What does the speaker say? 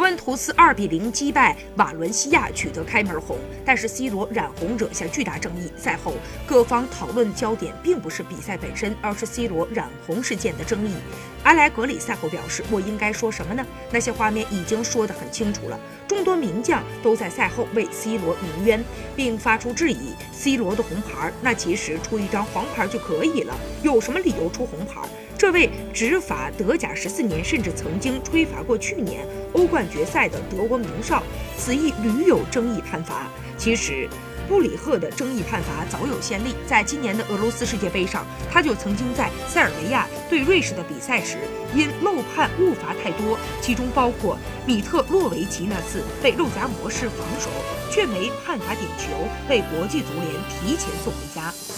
文图斯2比0击败瓦伦西亚，取得开门红，但是 C 罗染红惹下巨大争议。赛后，各方讨论焦点并不是比赛本身，而是 C 罗染红事件的争议。阿莱格里赛后表示：“我应该说什么呢？那些画面已经说得很清楚了。众多名将都在赛后为 C 罗鸣冤，并发出质疑。C 罗的红牌，那其实出一张黄牌就可以了，有什么理由出红牌？”这位执法德甲14年，甚至曾经吹罚过去年欧冠决赛的德国名哨，此役屡有争议判罚。其实，布里赫的争议判罚早有先例，在今年的俄罗斯世界杯上，他就曾经在塞尔维亚对瑞士的比赛时，因漏判误罚太多，其中包括米特洛维奇那次被肉夹模式防守，却没判罚点球，被国际足联提前送回家。